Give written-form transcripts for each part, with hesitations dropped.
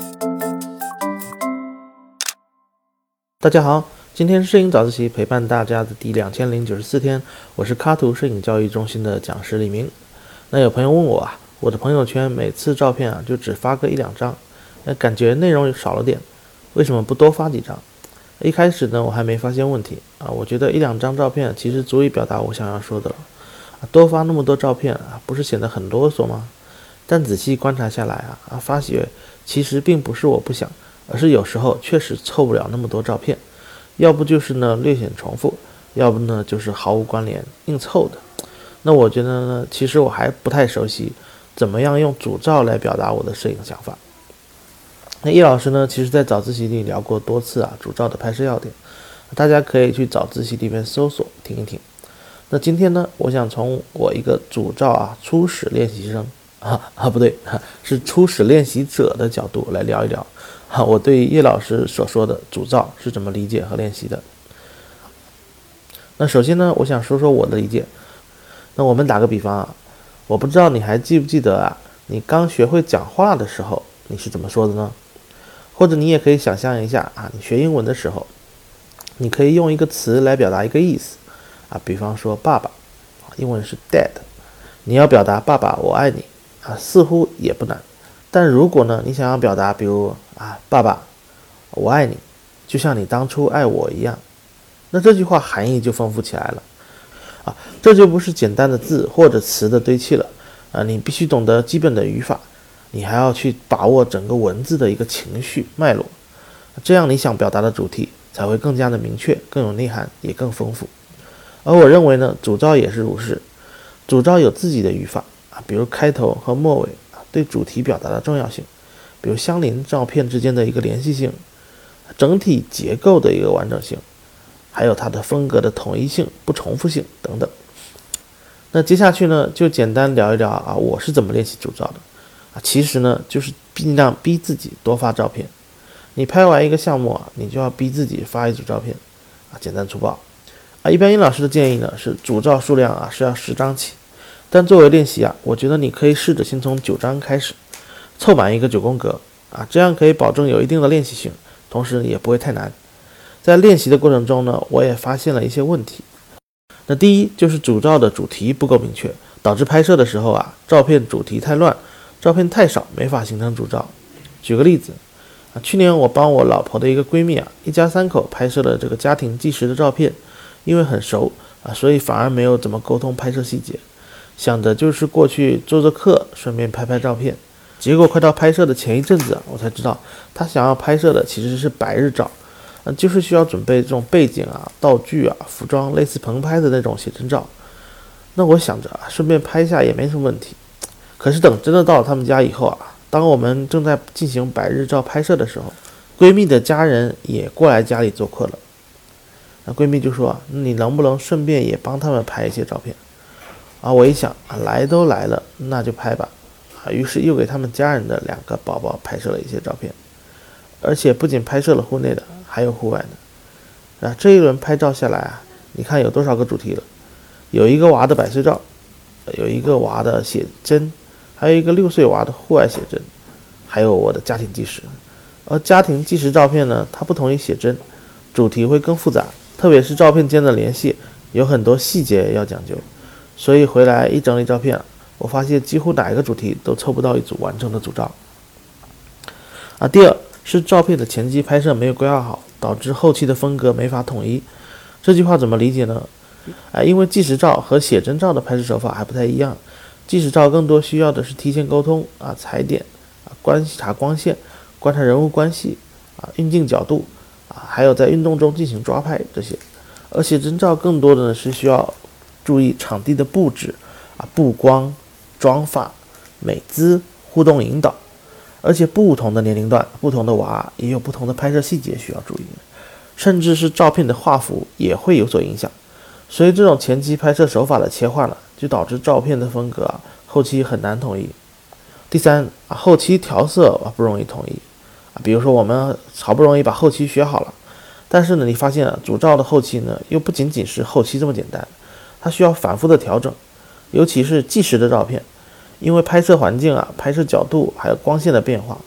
大家好，今天是摄影早自习陪伴大家的第2094天，我是卡图摄影教育中心的讲师李明。那有朋友问我我的朋友圈每次照片就只发个1-2张，感觉内容少了点，为什么不多发几张？一开始呢，我还没发现问题我觉得1-2张照片其实足以表达我想要说的了多发那么多照片不是显得很啰嗦吗？但仔细观察下来发觉其实并不是我不想，而是有时候确实凑不了那么多照片，要不就是呢略显重复，要不呢就是毫无关联硬凑的。那我觉得呢，其实我还不太熟悉怎么样用主照来表达我的摄影想法。那叶老师呢，其实在早自习里聊过多次主照的拍摄要点，大家可以去早自习里面搜索听一听。那今天呢，我想从我一个主照初始练习生不对是初始练习者的角度来聊一聊我对叶老师所说的主照是怎么理解和练习的。那首先呢，我想说说我的理解。那我们打个比方我不知道你还记不记得你刚学会讲话的时候你是怎么说的呢？或者你也可以想象一下你学英文的时候，你可以用一个词来表达一个意思比方说爸爸，英文是 dad， 你要表达爸爸我爱你似乎也不难。但如果呢，你想要表达比如爸爸我爱你，就像你当初爱我一样，那这句话含义就丰富起来了这就不是简单的字或者词的堆砌了你必须懂得基本的语法，你还要去把握整个文字的一个情绪脉络，这样你想表达的主题才会更加的明确，更有内涵，也更丰富。而我认为呢，主照也是如是。主照有自己的语法比如开头和末尾对主题表达的重要性，比如相邻照片之间的一个联系性，整体结构的一个完整性，还有它的风格的统一性、不重复性等等。那接下去呢，就简单聊一聊我是怎么练习主照的其实呢，就是尽量逼自己多发照片。你拍完一个项目你就要逼自己发一组照片简单粗暴一般殷老师的建议呢是主照数量是要10张起，但作为练习我觉得你可以试着先从9张开始，凑满一个9宫格这样可以保证有一定的练习性，同时也不会太难。在练习的过程中呢，我也发现了一些问题。那第一就是主照的主题不够明确，导致拍摄的时候照片主题太乱，照片太少，没法形成主照。举个例子去年我帮我老婆的一个闺蜜一家3口拍摄了这个家庭纪实的照片，因为很熟所以反而没有怎么沟通拍摄细节，想着就是过去做做客，顺便拍拍照片。结果快到拍摄的前一阵子我才知道她想要拍摄的其实是白日照就是需要准备这种背景道具服装，类似棚拍的那种写真照。那我想着顺便拍一下也没什么问题。可是等真的到了他们家以后当我们正在进行白日照拍摄的时候，闺蜜的家人也过来家里做客了。那闺蜜就说你能不能顺便也帮他们拍一些照片我一想来都来了，那就拍吧于是又给他们家人的2个宝宝拍摄了一些照片，而且不仅拍摄了户内的，还有户外的这一轮拍照下来你看有多少个主题了？有一个娃的100岁照，有一个娃的写真，还有一个6岁娃的户外写真，还有我的家庭纪实。而家庭纪实照片呢，它不同于写真，主题会更复杂，特别是照片间的联系有很多细节要讲究，所以回来一整理照片我发现几乎哪一个主题都凑不到一组完整的主照第二是照片的前期拍摄没有规划好，导致后期的风格没法统一。这句话怎么理解呢？因为纪实照和写真照的拍摄手法还不太一样，纪实照更多需要的是提前沟通踩点观察光线，观察人物关系运镜角度还有在运动中进行抓拍这些。而写真照更多的呢是需要注意场地的布置布光、妆发、美姿、互动引导，而且不同的年龄段、不同的娃也有不同的拍摄细节需要注意，甚至是照片的画幅也会有所影响。所以这种前期拍摄手法的切换就导致照片的风格后期很难统一。第三后期调色不容易统一比如说我们好不容易把后期学好了，但是呢你发现主照的后期呢又不仅仅是后期这么简单，它需要反复的调整，尤其是纪实的照片，因为拍摄环境拍摄角度还有光线的变化，会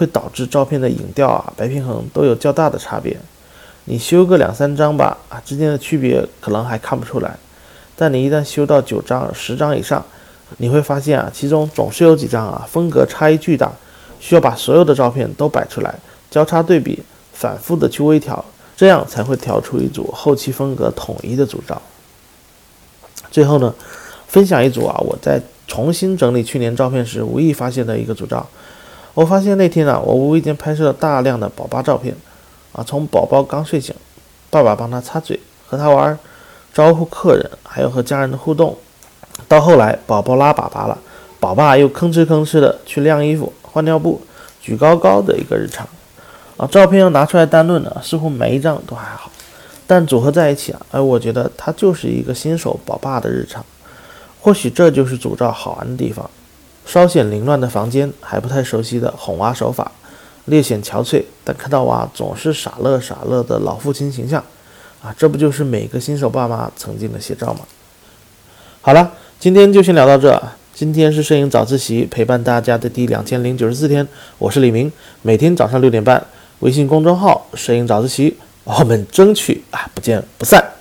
会导致照片的影调啊、白平衡都有较大的差别。你修个2-3张吧，之间的区别可能还看不出来，但你一旦修到9张、10张以上，你会发现其中总是有几张风格差异巨大，需要把所有的照片都摆出来，交叉对比，反复的去微调，这样才会调出一组后期风格统一的组照。最后呢，分享一组我在重新整理去年照片时无意发现的一个组照。我发现那天我无意间拍摄了大量的宝宝照片从宝宝刚睡醒，爸爸帮他擦嘴，和他玩，招呼客人，还有和家人的互动，到后来宝宝拉粑粑了，宝爸又吭哧吭哧的去晾衣服、换尿布，举高高的一个日常照片要拿出来单论呢，似乎每一张都还好，但组合在一起我觉得它就是一个新手宝爸的日常。或许这就是组照好玩的地方，稍显凌乱的房间，还不太熟悉的哄娃手法，略显憔悴，但看到娃总是傻乐傻乐的老父亲形象这不就是每个新手爸妈曾经的写照吗？好了，今天就先聊到这。今天是摄影早自习陪伴大家的第2094天，我是李明，每天早上6点半，微信公众号摄影早自习，我们争取不见不散。